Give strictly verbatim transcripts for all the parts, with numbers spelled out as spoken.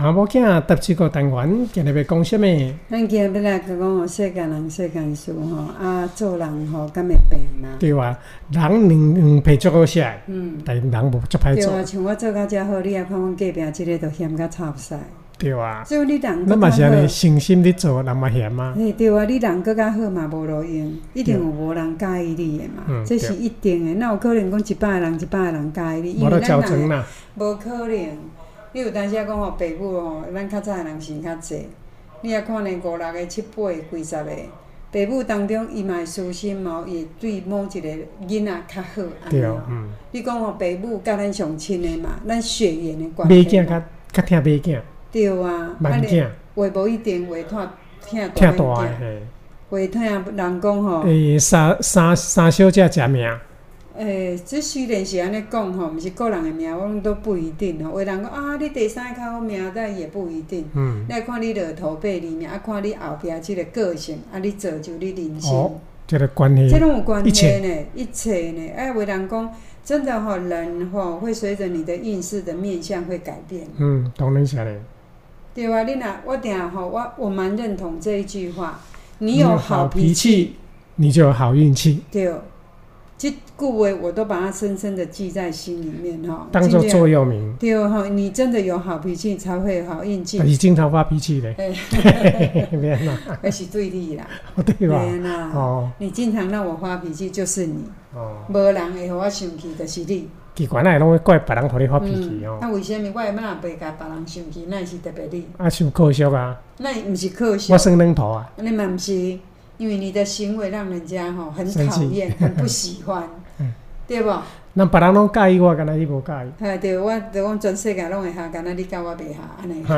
查某囝答七个单元，今日要讲什么？ 咱今日要来讲吼，世间人世间事吼，啊，做人吼敢会变啦。 对啊，人两两皮足好势， 嗯， 但人无足歹做。 对啊，像我做到遮好，你也看阮隔壁即个都嫌甲臭屎。 对啊， 所以你人咱嘛是安尼诚心伫做，人嘛嫌啊。 嘿，对啊，你人搁较好嘛无路用，一定有无人介意你的嘛， 嗯、 这是一定的。哪有可能讲一百个人一百个人介意你？因为咱人无可能。你有当时讲吼，爸母吼，咱较早的人是较济，你也看呢五六个、七八个、几十个，爸母当中伊嘛会私心哦，伊对某一个囡仔较好安尼哦。嗯、你讲吼，爸母甲咱上亲的嘛，咱血缘的关系。 马囝较较疼马囝。 对啊， 慢囝。 话无一定话拖疼大囝。疼大个。 话疼人讲吼。 诶，三三三小姐食命。 诶，这虽然是安尼讲吼，毋是个人的命，我拢都不一定吼。有人讲啊，你第三个较好命，但也不一定。嗯。你看你落土背里面，啊，看你后壁即个个性，啊，你造就你人生。 哦，这个关系。 这拢有关系呢，一切呢。哎，有人讲，真的吼，人吼会随着你的运势的面相会改变。 嗯，当然是嘞。 对啊，你若我定吼，我我蛮认同这一句话。你有好脾气， 你就有好运气。 对。这句话我都把它深深的记在心里面哈， 当作座右铭。 对哈，你真的有好脾气，才会有好运气。 但是经常发脾气嘞， 免啦，那是对你啦， 对吧？ 免啦，哦，你经常让我发脾气，就是你。哦，无人会让我生气，就是你。 奇怪，那拢会怪别人互你发脾气哦。 啊，为什么我会哪袂甲别人生气？那是特别你。 啊，受可惜啊。 那毋是可惜。 我算两头啊。 你嘛毋是。因为你的行为让人家吼很讨厌、很不喜欢，嗯、对不？ 咱别人拢介意我，敢若你无介意。 哎，对，我就讲全世界拢会合，敢若你甲我袂合安尼。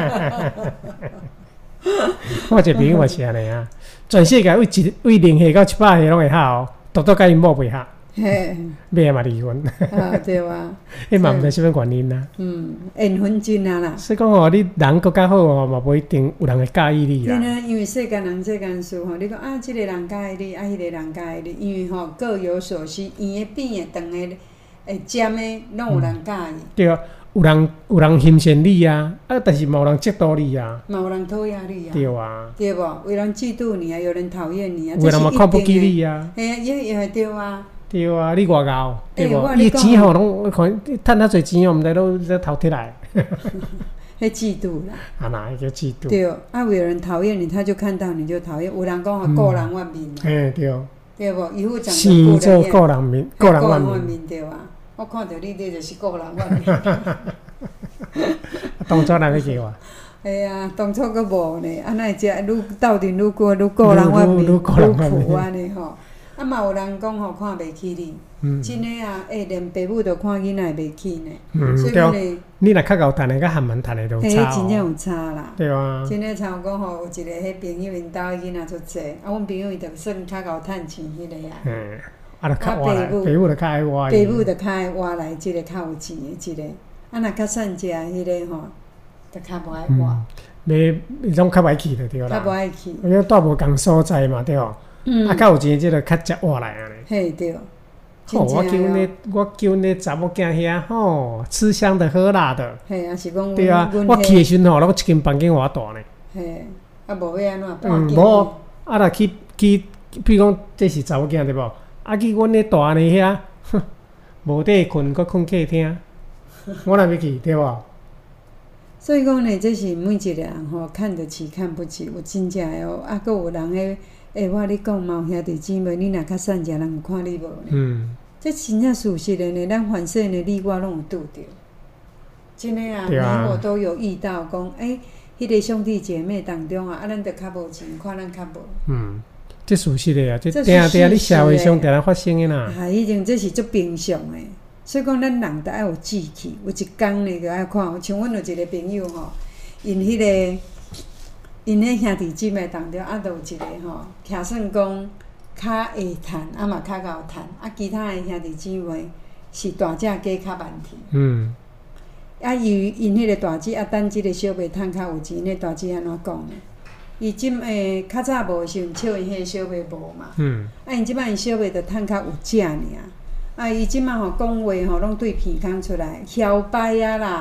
我一个朋友嘛是安尼啊，全世界为一为零岁到一百岁拢会合哦，独独甲因某袂合。嘿，尾仔嘛离婚。 啊，对啊。 迄嘛毋知啥物原因啦。 嗯，缘分尽啊啦。 所以讲吼，你人搁较好吼，嘛无一定有人会介意你啦。 对啊，因为世间人世间事吼，你讲啊，即、這个人介意你，啊，迄、那个人介意你，因为吼各有所需，圆的、扁的、长的、会尖的，拢有人介意。嗯、 对啊，有人有人欣赏你啊，啊，但是嘛有人嫉妒你啊。 嘛有人讨厌你啊。 对啊。 对无？有人嫉妒你啊，有人讨厌你啊。 有人嘛看不起你啊。 嘿啊，也也对啊。 对啊，你外敖，对无？伊钱吼拢看趁遐侪钱哦，毋知都在偷摕来。 迄嫉妒啦。 啊哪会叫嫉妒？ 对，啊有人讨厌你，他就看到你就讨厌。有人讲吼，个人万面。 嘿对。 对无？以后讲生做个人面，个人万面对啊。我看到你，你就是个人万面。 当初哪要叫我？ 哎啊，当初阁无呢，啊那只愈斗阵愈过愈个人万面，愈苦安尼吼。啊嘛有人讲吼，看袂起你，嗯、真诶啊！诶、欸，连爸母都看囡仔袂起呢。嗯，所以对。你若较敖趁诶，甲含慢趁诶都差。 嘿，真正有差啦。 对啊。 真诶，像讲吼，有一个迄朋友因兜诶囡仔足济，啊，阮朋友伊就算较敖趁钱迄个啊。 嗯。啊，就较活来，爸母就较爱活。 爸母就较爱活来，即个较有钱诶，即个。啊，若较善食迄个吼，就较无爱活。 袂，迄种较歹去就对啦。 较无爱去。 因为住无共所在嘛，对吼。嗯，啊，较有钱，即个较食活来安尼。 嘿，对。 吼、哦，我叫阮个，我叫阮个查某囝遐吼，吃香的喝辣的。 嘿，也是讲。 对啊，我去的时阵吼，拢一间房间偌大呢。 嘿，啊，无要安怎？ 嗯，无，啊，若去去，比如讲这是查某囝对无？啊，去阮个大呢遐，哼，无地困，搁困客厅，我哪要去对无？ 所以讲呢，这是每一个人吼，看得起看不起，有真正的哦。啊，搁有人诶。诶、欸，我你讲嘛，兄弟姊妹，你若较善食，人有看你无呢？嗯，这真正事实的呢，咱凡世的你我拢有拄着。真诶啊，你我都有遇到讲，诶、欸，迄、那个兄弟姐妹当中啊，啊，咱着较无钱，看咱较无。嗯， 这事实的啊，这定定你社会上定定发生的啦。 啊，已经这是足平常的，所以讲咱人得爱有志气，有一天呢，就爱看。像阮有一个朋友吼，因迄、那个。因迄兄弟姊妹当中，啊，都有一个吼，徛算讲较会趁，啊嘛较敖趁，啊，其他的兄弟姊妹是大只鸡较慢啼。嗯。啊，伊因迄个大只啊，等即个小妹趁较有钱，迄大只安怎讲呢？伊即诶较早无时阵笑因迄个小妹无嘛。嗯。啊，因即摆因小妹着趁较有食尔。啊，伊即摆吼讲话吼，拢对鼻孔出来，摇摆啊啦。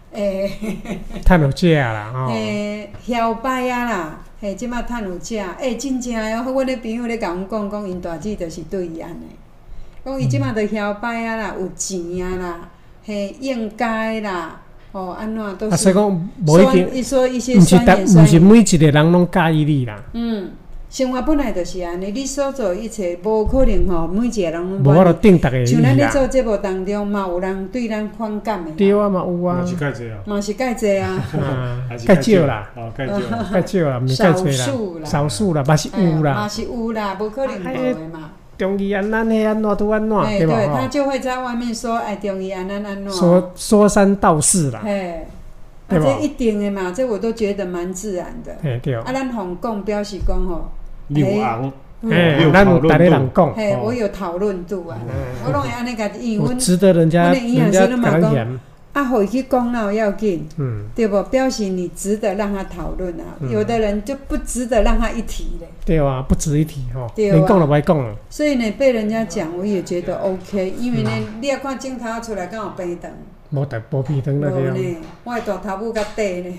诶， 趁有食啦吼。 诶，摇摆啊啦，嘿，即马趁有食，诶，真正诶哦，阮咧朋友咧甲阮讲，讲因大姊就是对伊安尼，讲伊即马着摇摆啊啦，有钱啊啦，嘿，应该啦，哦，安怎都是。 啊，所以讲无一定， 伊说一些毋是逐， 酸言酸语。 毋是每一个人拢介意你啦。 嗯，生活本来就是安尼，你所做一切，无可能吼，每一个人拢无法度定逐个像咱咧啦。 做节目当中嘛，有人对咱反感的。 对啊，嘛有啊嘛，是介济啊， 嘛是介济啊。 啊还是介少啦， 哦，介少。 介少啦，毋是介侪少数啦啦，少数啦，嘛是有哎嘛啦。 是有啦，无可能无的嘛。 中医安咱迄安怎拄安怎， 哎， 对吧？ 对，他吼， 就会在外面说，哎，中医安安安怎。 说说三道四啦， 嘿，啊， 对吧这一定的嘛，这我都觉得蛮自然的。 嘿对。 啊，咱红讲表示讲吼， 你有红， 嘿，咱有逐个人讲， 嘿， 哦我有讨论度啊，我拢会安尼甲因为阮有值得人家阮的营养人家师都嘛讲感染。 啊，互伊去讲哪有要紧， 嗯， 对不？表示你值得让他讨论啊，有的人就不值得让他一提嘞。 对啊，不值一提吼， 对啊连讲都歹讲了。 所以呢，被人家讲，我也觉得 OK，因为呢，你要看镜头出来敢有平等， 无大无鼻汤那无个， 呢，我的大头母较短呢，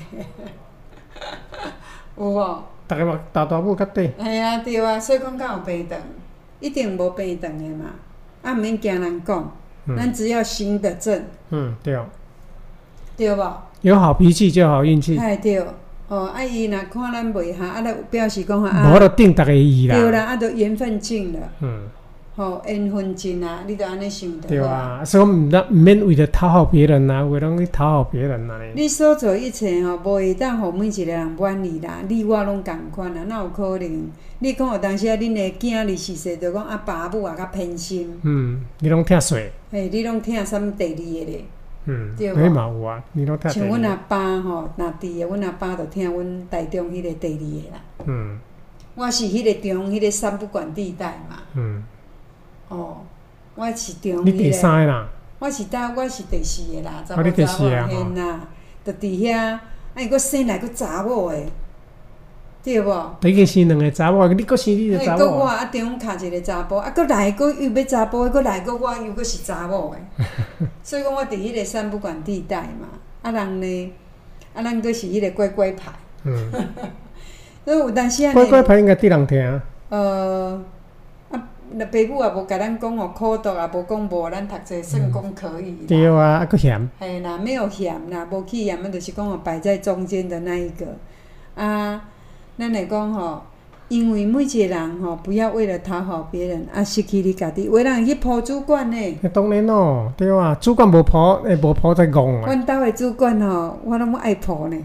有无？ 大家嘛大大母较短， 系啊，对啊，所以讲敢有平等，一定无平等的嘛，啊，毋免惊人讲，咱只要行得正， 嗯，对， 对无？ 有好脾气就好运气， 哎对，哦，啊伊若看咱袂合，啊，就表示讲无啊， 就定逐个意啦。 对啦，啊，就缘分尽了。 嗯， 吼，缘分尽啊，你着安尼想着。 对啊，所以毋免毋免为了讨好别人呐，为了去讨好别人呐咧。 你所做一切吼，无会当互每一个人满意啦，你我拢共款啊，哪有可能？你讲有当时啊，恁的囝二十岁着讲啊，爸母也较偏心， 嗯，你拢听水， 嘿，你拢听啥物第二个咧？ 嗯， 对你嘛有啊，你拢听第二个。 像阮阿爸吼，若伫的，阮阿爸着听阮台中迄个第二个啦。 嗯我是迄个中迄个三不管地带嘛， 嗯， 哦，我是中你第迄个。 三个啦， 我是搭，我是第四个啦，查哦你某查某第四个啊 hen啦，着伫遐，啊伊佫生来佫查某诶，对无？ 第一个生两个查某，你佫生你个哎， 查某佫我。啊，中骹一个查甫，啊，佫来佫又要查甫，佫来佫我又佫是查某诶，所以讲我伫迄个三不管地带嘛，啊人呢，啊咱佫是迄个乖乖牌， 嗯， 所以有当时啊， 乖乖牌应该得人听。 呃，啊，那爸母也无甲咱讲哦，苦读也无讲无，咱读册算讲可以啦。 对啊，啊佫嫌。 嘿啦，没有嫌啦，无去嫌，啊，就是讲哦，摆在中间的那一个啊。咱来讲吼，因为每一个人吼，不要为了讨好别人啊，失去你家己。有的人去抱主管呢， 当然咯，对啊，主管无抱，诶，无抱才戆啊。 阮兜的主管吼，我拢爱抱呢。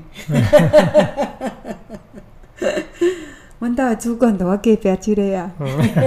阮兜的主管，就我隔壁即个啊。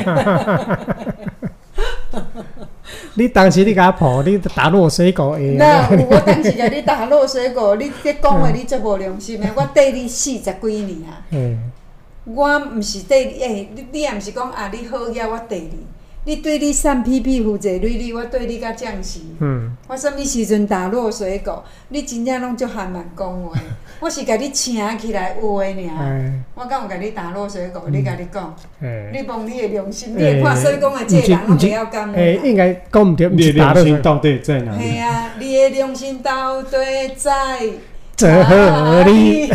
你当时你甲我抱，你打落水果会啊。 那有我当时甲你打落水果，你这讲话你足无良心的。我缀你四十几年啊， 嗯， 我毋是缀你，诶、你你也毋是讲啊，你好遐我缀你，你对你散屁屁负责累累，我对你甲降时。 嗯， 我什物时阵打落水果，你真正拢足含慢讲话。我是甲你请起来有诶尔， 哎， 我敢有甲你打落水果？你甲你讲， 哎， 你忘你的良心，你会看所以讲诶，这个人拢袂晓讲话。 诶，应该讲毋对，毋你的是打落水良心到底在哪里？ 嘿啊，你的良心到底在这何里？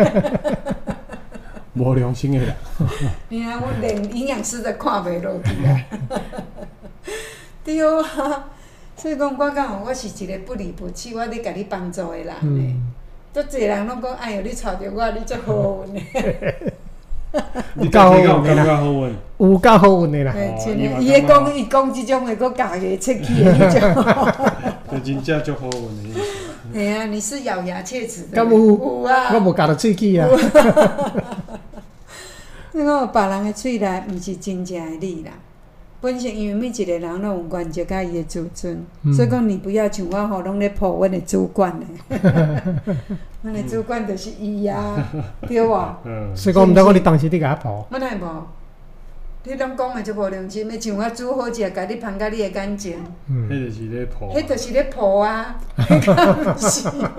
无良心的人， 你看，我连营养师都看袂落去啊！对啊，所以讲我讲，我是一个不离不弃，我咧甲你帮助的人呢。 嗯， 足侪人拢讲，哎哟，你娶着我，你足好运的。 你到底有感觉好运？ 有够好运的啦。 嘿，真的， 哦你嘛伊咧感觉讲，伊讲即种的，佫家己出去的迄种。 就真正足好运的意思。 嘿啊，你是咬牙切齿的。 敢有？ 有啊。 我无夹到喙齿啊。 你讲别人的喙内，毋是真正的你啦。本身因为每一个人拢有原则甲伊的自尊， 嗯所以讲你不要像我吼，拢咧抱阮的主管咧。阮的主管就是伊啊，对无？ 嗯， 所以讲毋知我你当时你甲我抱， 我哪会无？你拢讲的就无良心，要像我煮好食，甲你捧甲你的感情， 嗯， 迄就是咧抱。 迄就是咧抱啊，迄敢毋是嘛？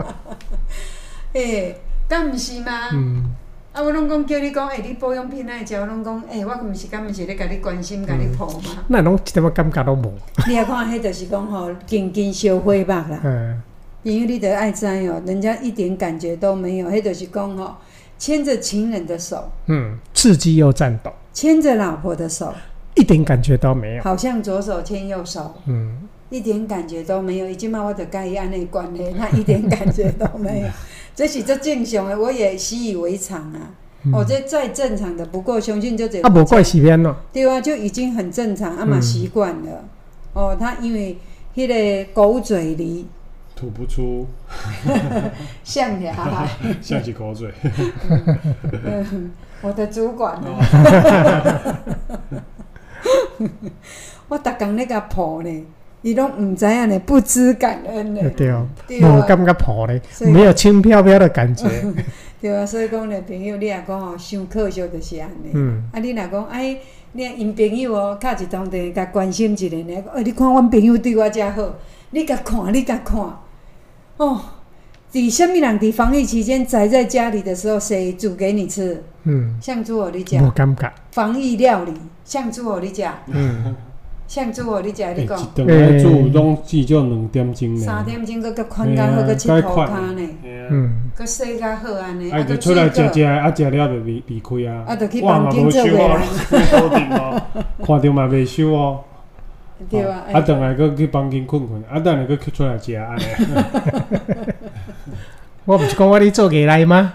嘿，敢毋是吗？ 嗯， 啊，我拢讲叫你讲，诶、欸，你保养品爱食，我拢讲，诶、欸，我毋是敢毋是咧甲你关心，甲你抱嘛。 那拢一点仔感觉都无。 你来看，迄就是讲吼，斤斤烧火肉啦， 嗯， 朋友你得爱知哦，人家一点感觉都没有，迄就是讲吼，牵着情人的手， 嗯，刺激又颤抖， 牵着老婆的手， 一点感觉都没有。 好像左手牵右手， 嗯， 一点感觉都没有。已经嘛，我就甲伊安尼关系，他一点感觉都没有，这是这正常的，我也习以为常啊。嗯、哦，这再正常的不过，相信就这啊，无怪洗边咯。 对啊，就已经很正常，啊嘛习惯了。嗯、哦，他因为迄个狗嘴里吐不出， 像呀， 像起口水。 嗯、我的主管呢？我逐工咧甲抱呢，伊拢唔知影呢，不知感恩呢。 对哦，无感觉抱咧，没有轻飘飘的感觉。 对啊，所以讲呢，朋友你若讲吼，伤可惜就是安尼。嗯。啊，你若讲哎，你因朋友哦，敲一通电话甲关心一下呢，哎，你看阮朋友对我遮好，你甲看，你甲看。哦，伫什么人伫防疫期间宅在家里的时候，谁煮给你吃？嗯。像猪互你食。无感觉。防疫料理，像猪互你食。嗯。像煮互你食，你讲。 一顿来煮拢至少两点钟呢。 三点钟，佮佮款较好，佮佚佗骹呢。嗯。佮洗较好安尼。 啊，就出来食食，啊食了就离离开啊。 啊，就去房间做袂来。 看着嘛袂收哦。 对啊。 啊，等下佮去房间困困，啊，等下佮出来食安尼。 我不是讲我咧做艺来吗？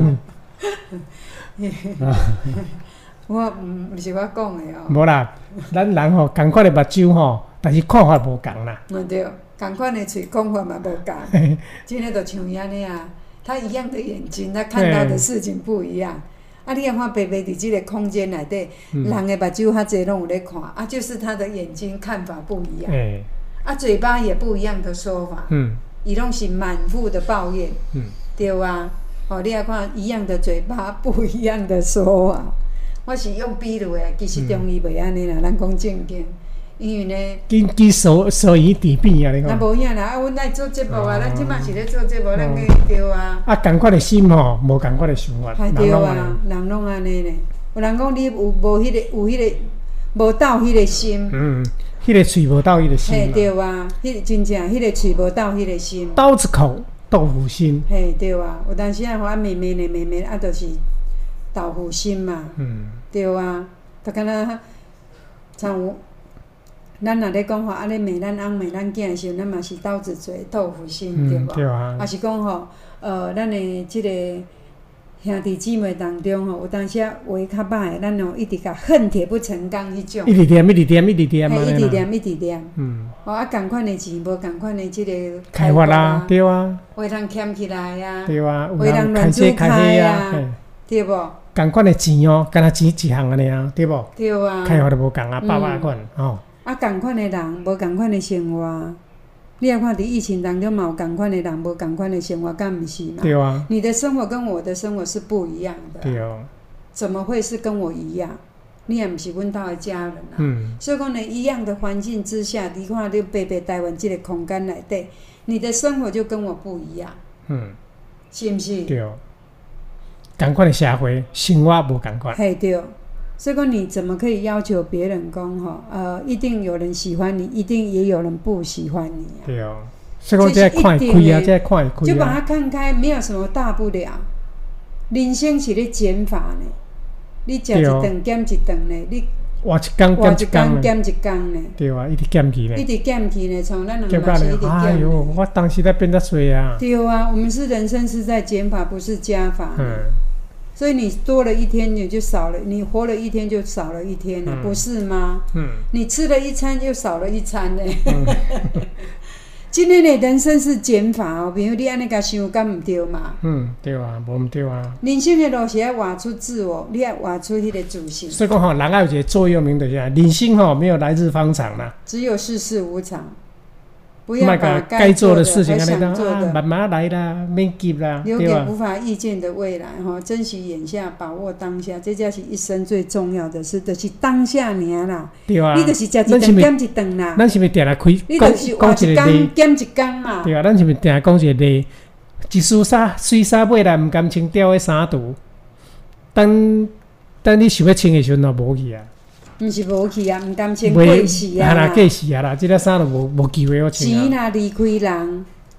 我毋毋是我讲的哦。 无啦，咱人吼同款的目睭吼，但是看法无共啦。 嗯对，同款的嘴讲法嘛无共。真的就像伊安尼啊，他一样的眼睛，他看到的事情不一样。啊，你看白白伫即个空间内底，嗯、人的目睭较侪拢有咧看，啊，就是他的眼睛看法不一样。欸、啊，嘴巴也不一样的说法。嗯。伊拢是满腹的抱怨。嗯。对啊，哦，你来看一样的嘴巴，不一样的说法。我是用比喻的，其实中医袂安尼啦，咱讲正经，因为呢， 紧紧手手以抵病啊，你讲。 那无影啦，啊，阮来做节目啊，咱即摆是咧做节目，咱去对啊。 啊，同款的心吼，无同款的想法。 对啊，人拢安尼呢。有人讲你有无迄个，有迄个，无到迄个心。嗯， 迄个喙无到迄个心。 嘿，对啊，迄个真正，迄个喙无到迄个心。 刀子口豆腐心。 嘿，对啊，有当时啊，我妹妹呢，妹妹啊，就是。豆腐心嘛，嗯、对啊，就敢若像有咱若咧讲吼，啊咧骂咱翁骂咱囝的时候，咱嘛是刀子嘴豆腐心，嗯、对无？ 对啊。 啊是讲吼，呃，咱的即个兄弟姊妹当中吼，有当时啊话较歹的，咱哦一直甲恨铁不成钢迄种。 一直念，一直念，一直念。 嘿，一直念，一直念。嗯。哦，啊，共款的钱，无共款的即个开发啦，对啊。 话通欠起来啊。 对啊。 话通乱煮开啊，对无？ 同款的钱哦，敢若钱一项安尼啊，对无？ 对啊。 开发都无共啊，百百款吼。 啊，同款的人，无同款的生活。你也看，伫疫情当中嘛有同款的人，无同款的生活，敢毋是嘛？ 对啊。 你的生活跟我的生活是不一样的。 对哦。 怎么会是跟我一样？你也毋是阮兜的家人啊。嗯。所以讲呢，一样的环境之下，你看你白白台湾这个空间内底，你的生活就跟我不一样。嗯。是毋是？ 对哦。同款的社会生活无同款。 嘿，对。所以讲，你怎么可以要求别人讲吼？呃，一定有人喜欢你，一定也有人不喜欢你啊。 对哦。所以讲，这看开啊，这看开啊。 就把它看开，没有什么大不了。人生是咧减法呢，你食一顿减一顿呢，你活一天减一天减一天呢。 对啊，一直减去呢。 一直减去呢，从咱两嘛是一直减。 哎呦，我当时在变得衰啊。 对啊，我们是人生是在减法，不是加法。嗯。所以你多了一天，你就少了；你活了一天，就少了一天了，嗯、不是吗？嗯。你吃了一餐，就少了一餐呢。嗯、今天的人生是减法哦，比如你安尼甲想，敢唔对嘛？ 嗯，对啊，无唔对啊。 人生的路是要活出自我，你要活出迄个自信。 所以讲吼，人要有一个座右铭就是啊，人生吼没有来日方长啦， 只有世事无常。不要把该做的事情和想做的慢慢来啦，免急啦， 留给无法预见的未来哈，珍惜眼下，把握当下，这才是一生最重要的事，就是当下尔啦。对啊，你就是食一顿减一顿啦。 咱是不是定来开？ 你就是活一天减一天嘛。 对啊，咱是不是定来讲一个例？一束衫水衫买来唔甘穿掉的衫图，等等你想要穿的时阵就无去啊。 毋是无去啊，毋甘穿过时啊啦， 过时啊啦，即个衫就无无机会好穿啊。 钱若离开人，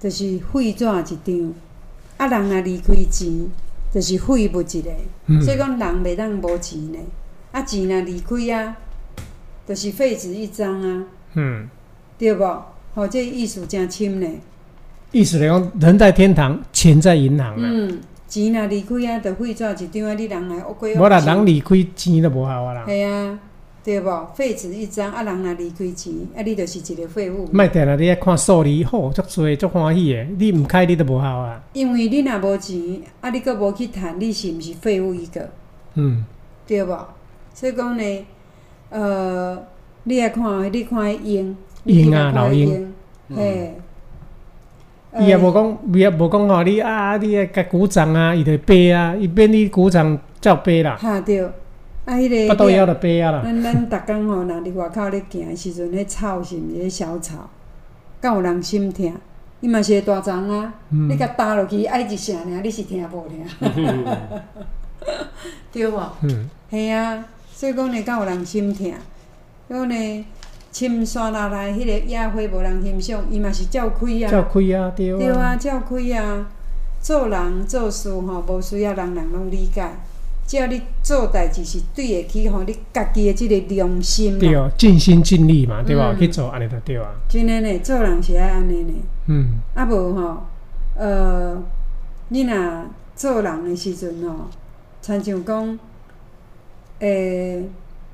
就是废纸一张，啊，人若离开钱，就是废物一个。 嗯所以讲人袂当无钱呢，啊，钱若离开啊，就是废纸一张啊， 嗯， 对无？吼、这意思真深呢。 意思来讲，人在天堂，钱在银行啦。 嗯，钱若离开啊，就废纸一张啊，你人来恶过恶无啦，人离开钱都无效啊啦。 系啊，对无？废纸一张啊，人若离开钱，啊，你就是一个废物。 莫定啦，你爱看数字，吼，足多足欢喜诶。你毋开，你都无效啊。 因为你若无钱，啊，你阁无去趁，你是毋是废物一个？ 嗯， 对无？所以讲呢，呃，你爱看，你看迄鹰， 鹰啊老鹰， 嘿。 伊也无讲，伊也无讲吼，你啊，你爱甲鼓掌啊，伊就飞啊，伊免你鼓掌才有飞啦。 哈对，啊，迄、那个。 巴肚枵就飞啊啦。 咱咱逐工吼，若伫外口咧行的时阵，迄草是毋是迄小草，敢有人心疼？伊嘛是个大丛啊， 嗯、 你甲搭落去，爱一声尔，你是听无尔？对无？ 嗯， 系啊，所以讲呢，敢有人心疼？所以呢，深山内内迄个野花无人欣赏，伊嘛是照开啊。 照开啊，对啊。 对啊，照开啊。做人做事吼，无需要人人拢理解。只要你做代志是对得起吼，你家己的即个良心啦。 对，尽心尽力嘛，对吧？ 嗯、 去做安尼就对啊。 真诶呢，做人是爱安尼呢。 嗯。 啊无吼，呃，你若做人的时阵吼，亲像讲，诶、欸，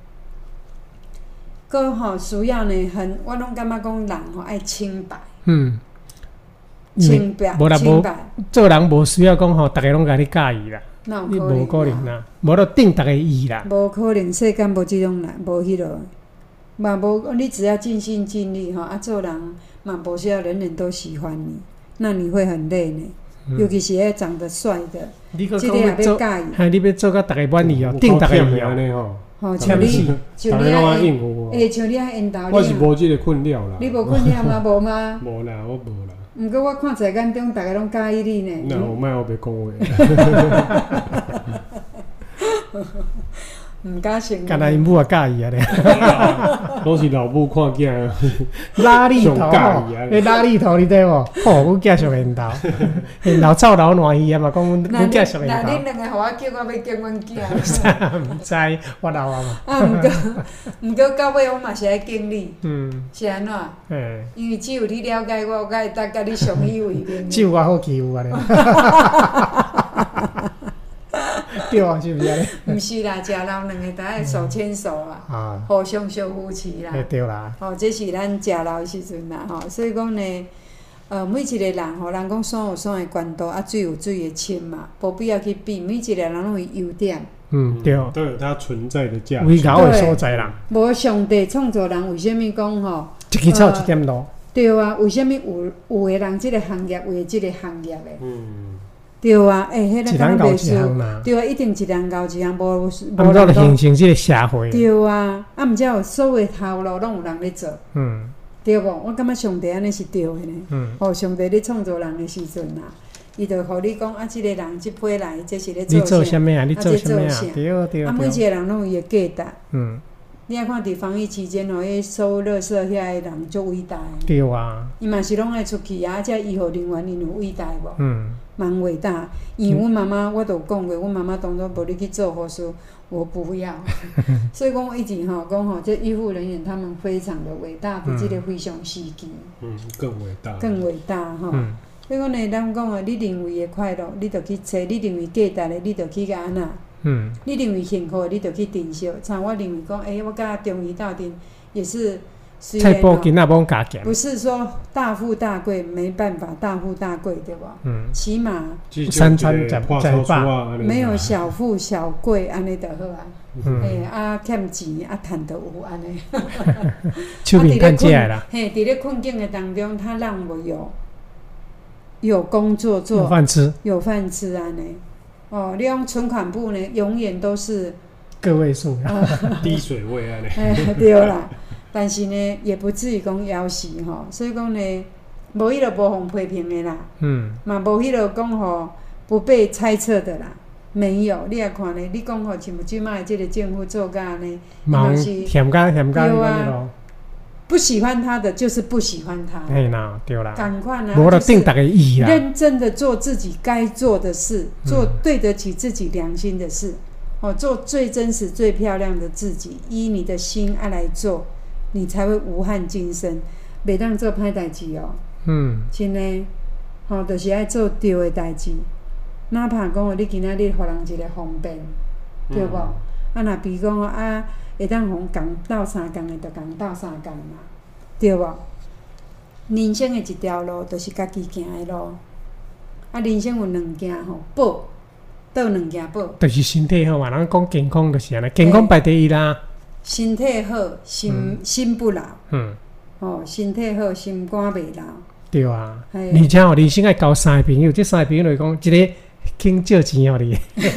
搁吼需要呢，很，我拢感觉讲人吼爱清白。 嗯。 清白， 无啦，无做人无需要讲吼，逐个拢甲你介意啦。你无可能啦，无就定逐个意啦。 无可能，世间无即种人，无迄落，嘛无你只要尽心尽力吼，啊做人嘛无需要人人都喜欢你，那你会很累呢。嗯、尤其是迄长得帅的， 即个也要介意。 嘿，你要做甲逐个满意哦，定逐个意哦。 吼，像你，像你啊， 诶， 像你啊，缘投我是无即个困扰啦。 你无困扰吗？无吗？ 无啦，我无啦。 毋过我看在眼中，逐个拢介意你呢。 那我莫我别讲话。 毋敢承认。 干那因母也介意啊咧。 拢是老母看囝。 拉力头吼，你拉力头你知无？吼，阮囝属缘投，缘投臭老暖意啊嘛，讲阮阮囝属缘投。 那恁两个互我叫我要见阮囝。 毋知，我老啊嘛。 啊，毋过毋过到尾我嘛是爱敬你。 嗯。 是安怎？ 嘿。因为只有你了解我，我才会当甲你相依为命。 只有我好欺负啊咧。对啊，是毋是安尼？ 毋是啦，食老两个才会手牵手啊，啊互相小夫妻啦。 对啦。吼、 哦，这是咱食老的时阵啦，吼、哦，所以讲呢，呃，每一个人吼，人讲山有山的关度，啊，水有水的深嘛，无必要去比，每一个人拢有优点。 嗯，对。 都有它存在的价值。 为高的所在啦。 无上帝创造人，为什么讲吼？ 一枝草一点露。 对啊，为什么有有的人即个行业为即个行业的？ 嗯。 对啊，诶、欸，迄、那个袂输，对啊，一定一人搞一项，无无人都形成即个社会。 对啊，啊，毋则有所有头路拢有人咧做， 嗯， 对无？我感觉上帝安尼是对的呢。嗯，哦，上帝咧创造人的时阵啊，伊就互你讲啊，即、这个人即批来，这是咧做啥？ 你做啥物啊？你做啥物啊？对对。 啊，每一个人拢有伊的价值。 嗯。 你啊看，伫防疫期间哦，迄收垃圾遐个人足伟大的。 对啊。伊嘛是拢爱出去啊，遮医护人员因有伟大无？ 嗯。 蛮伟大，因为阮妈妈我都有讲过，阮妈妈当初无你去做护士，我不要。所以讲我一直吼讲吼，这医护人员他们非常的伟大，比这个非常时期。 嗯，更伟大。 更伟大吼。嗯、所以讲呢，咱讲啊，你认为的快乐，你就去找；你认为价值的，你就去甲安那。嗯。你认为幸福的，你就去珍惜。像我认为讲，诶、欸，我甲中医斗阵也是。 菜脯囡仔帮加减， 不是说大富大贵，没办法大富大贵，对吧？嗯，起码三餐食食饱， 没有小富小贵安尼就好啊。嗯，诶、欸，啊欠钱啊趁得有安尼。 手边趁食啦。 嘿，伫咧困境的当中，他让我有有工作做， 有饭吃， 有饭吃安尼。哦，你用存款簿呢，永远都是个位数， 低水位安尼。 哎，对啦。但是呢，也不至于讲夭死吼，所以讲呢，无迄个无互批评的啦，嗯，嘛无迄个讲吼不被猜测的啦，没有。你来看呢，你讲吼，像即卖即个政府做甲安尼， 嘛是嫌甲嫌甲对啊， 不喜欢他的就是不喜欢他， 嘿啦，对啦， 赶快啊， 无就定大家意啦， 认真的做自己该做的事，做对得起自己良心的事，哦，做最真实、最漂亮的自己，依你的心爱来做，你才会无憾今生，袂当做歹代志哦。 嗯， 真的，吼、哦，就是爱做对的代志，哪怕讲你今仔日互人一个方便，对无？嗯、啊，若比如讲啊。会当互共斗相共的，就共斗相共嘛，对无？人生的一条路，就是家己行的路。啊，人生有两件吼，宝，倒两件宝。就是身体好嘛，人讲健康就是安尼，健康排第一啦。 身体好，心、嗯、心不老。嗯。哦，身体好，心肝袂老。 对啊。而且吼，人生爱交三个朋友，这三个朋友来讲，一个肯借钱互你。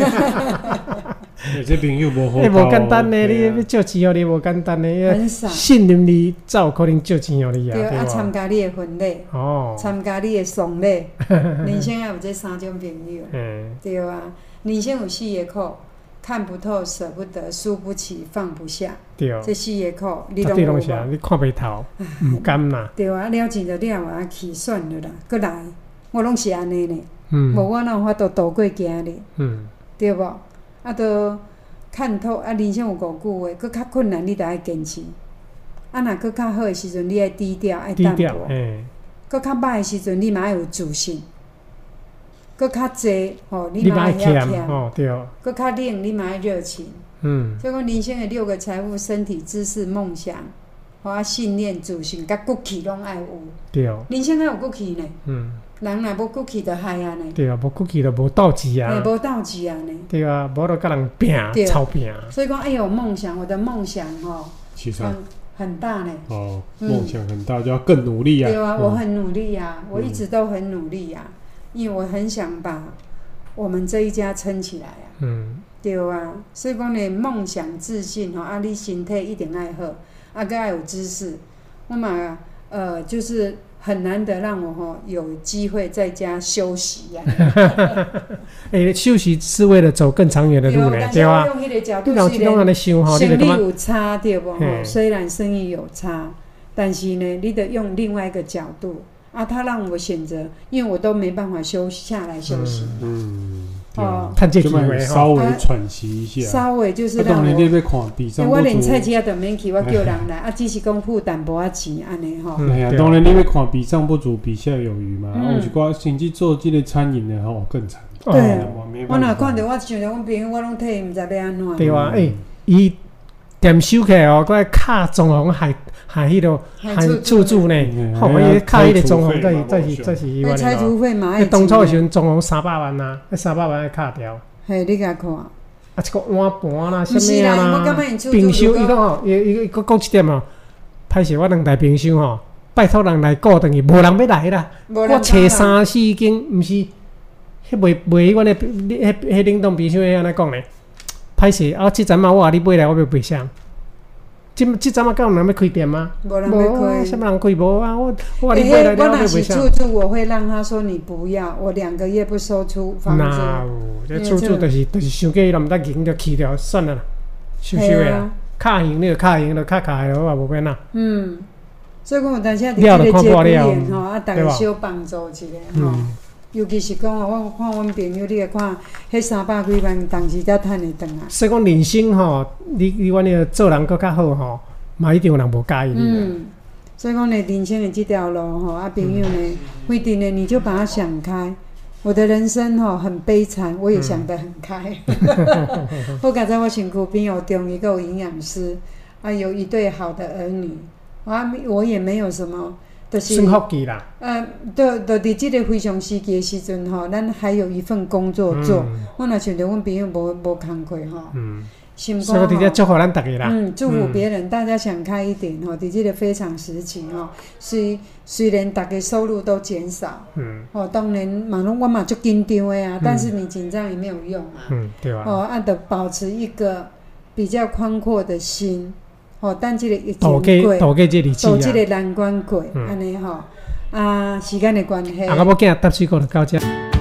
欸、这朋友无好交、哦，无简单呢。你要借钱互你，无简单呢。 很少。 信任你，才有可能借钱互你啊。 对啊， 参加你的婚礼，哦，参加你的丧礼，人生要有这三种朋友。嗯，对啊，人生有四个苦：看不透、舍不得、输不起、放不下。对，这四个苦，你拢有无？ 你看袂透，唔甘啦。 对啊，了钱就了啊，去算了啦，搁来，我拢是安尼呢。嗯，无我哪有法度度过今日？嗯，对无？啊，都看透啊！人生有五句话，搁较困难，你着爱坚持。啊，若搁较好诶时阵，你爱低调，爱淡薄。搁较歹诶时阵，你嘛爱有自信。搁较济，吼，你嘛爱遐欠。哦，对。搁较冷，你嘛爱热情。嗯。所以讲，人生诶六个财富：身体、知识、梦想，吼啊，信念、自信，甲骨气拢爱有。对。人生爱有骨气呢。嗯。人若无骨气，就害啊呢。对啊，无骨气就无斗志啊。嘿，无斗志啊呢。对啊，无就甲人拼，吵拼。所以讲，哎呦，梦想，我的梦想吼，很很大呢。 哦，梦想很大，就要更努力啊。 对啊，我很努力啊，我一直都很努力啊，因为我很想把我们这一家撑起来啊。嗯。对啊，所以讲呢，梦想、自信吼，啊，你身体一定爱好，啊，搁爱有知识，我嘛，呃，就是。很难得让我吼有机会在家休息呀、啊。 哎欸，休息是为了走更长远的路呢，对吧？ 用迄个角度，虽然生意有差，对不？虽然生意有差，但是呢，你得用另外一个角度啊。他让我选择，因为我都没办法休下来休息。嗯。 哦，看这机会稍微喘息一下， 稍微就是让我。 你要看比上不足。 我连菜市都免去，我叫人来，啊，只是讲负担无啊钱安尼吼。 哎呀，当然你要看比上不足，比下有余嘛。啊，有一寡甚至做这个餐饮的吼更惨。 对，我若看到我想着阮朋友，我拢替伊毋知要安怎。 对啊，诶，伊店收起来哦，佮卡装潢还还迄落还厝主呢，吼，伊卡迄个装潢，这是这是这是伊万拆除费嘛？ 当初的时阵装潢三百万呐，迄三百万爱卡掉。 嘿，你甲看。 啊，一个碗盘啦，啥物啊啦，冰箱伊讲吼，伊伊伊佮讲一点哦，歹势我两台冰箱吼，拜托人来顾等于无人要来啦。我找三四间，毋是，迄卖卖迄款的，迄迄冷冻冰箱安尼讲咧，歹势啊！即阵啊，我话你买来，我要卖啥？即即阵啊，敢有人要开店吗？ 无人要开， 什么人开无啊？我我话你买来， 我若是出租，我会让他说你不要，我两个月不收出房租。 哪有？这出租就是就是想叫伊人毋得赢就去掉，算了啦，收收的啦。卡赢你就卡赢，就卡卡的，我也无变啦。嗯，所以讲有当时啊，伫这个节骨眼吼，啊，大家小帮助一下吼。尤其是讲我看阮朋友，你来看，迄三百几万，当时才趁会转啊。所以讲人生吼，你你阮个做人搁较好吼，嘛一定有人无介意你。嗯，所以讲呢，人生的这条路吼，啊，朋友呢，不一定呢，你就把它想开。我的人生吼很悲惨，我也想得很开。好佳在我身躯边有中医，有营养师，啊，有一对好的儿女，啊，我也没有什么。就是算福气啦。呃，就就伫即个非常时期的时阵吼，咱还有一份工作做。嗯、我若想着阮朋友无无工课吼，嗯，心肝吼。所以伫遮祝福咱大家啦。嗯，祝福别人，嗯、大家想开一点吼。伫即个非常时期吼，虽虽然大家收入都减少，嗯，哦，当然嘛拢我嘛足紧张的啊，嗯、但是你紧张也没有用啊。嗯，对吧？哦，啊，得保持一个比较宽阔的心。吼，等即个疫情过，渡过即个日子啊，渡即个难关过，安尼吼，啊，时间的关系。啊，我要紧搭水果就到这。